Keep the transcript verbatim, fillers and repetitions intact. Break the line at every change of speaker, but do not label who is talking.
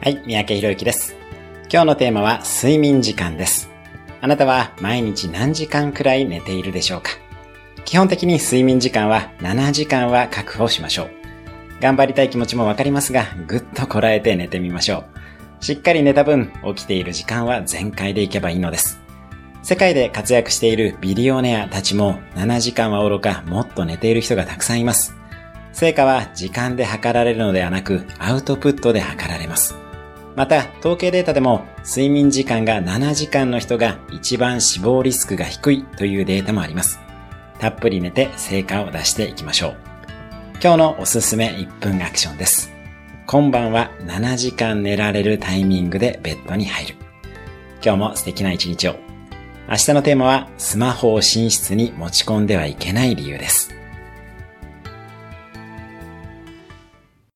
はい、三宅宏之です。今日のテーマは睡眠時間です。あなたは毎日何時間くらい寝ているでしょうか？基本的に睡眠時間はななじかんは確保しましょう。頑張りたい気持ちもわかりますが、ぐっとこらえて寝てみましょう。しっかり寝た分、起きている時間は全開でいけばいいのです。世界で活躍しているビリオネアたちもななじかんはおろかもっと寝ている人がたくさんいます。成果は時間で測られるのではなく、アウトプットで測られます。また、統計データでも睡眠時間がななじかんの人が一番死亡リスクが低いというデータもあります。たっぷり寝て成果を出していきましょう。今日のおすすめいっぷんアクションです。今晩はななじかん寝られるタイミングでベッドに入る。今日も素敵な一日を。明日のテーマはスマホを寝室に持ち込んではいけない理由です。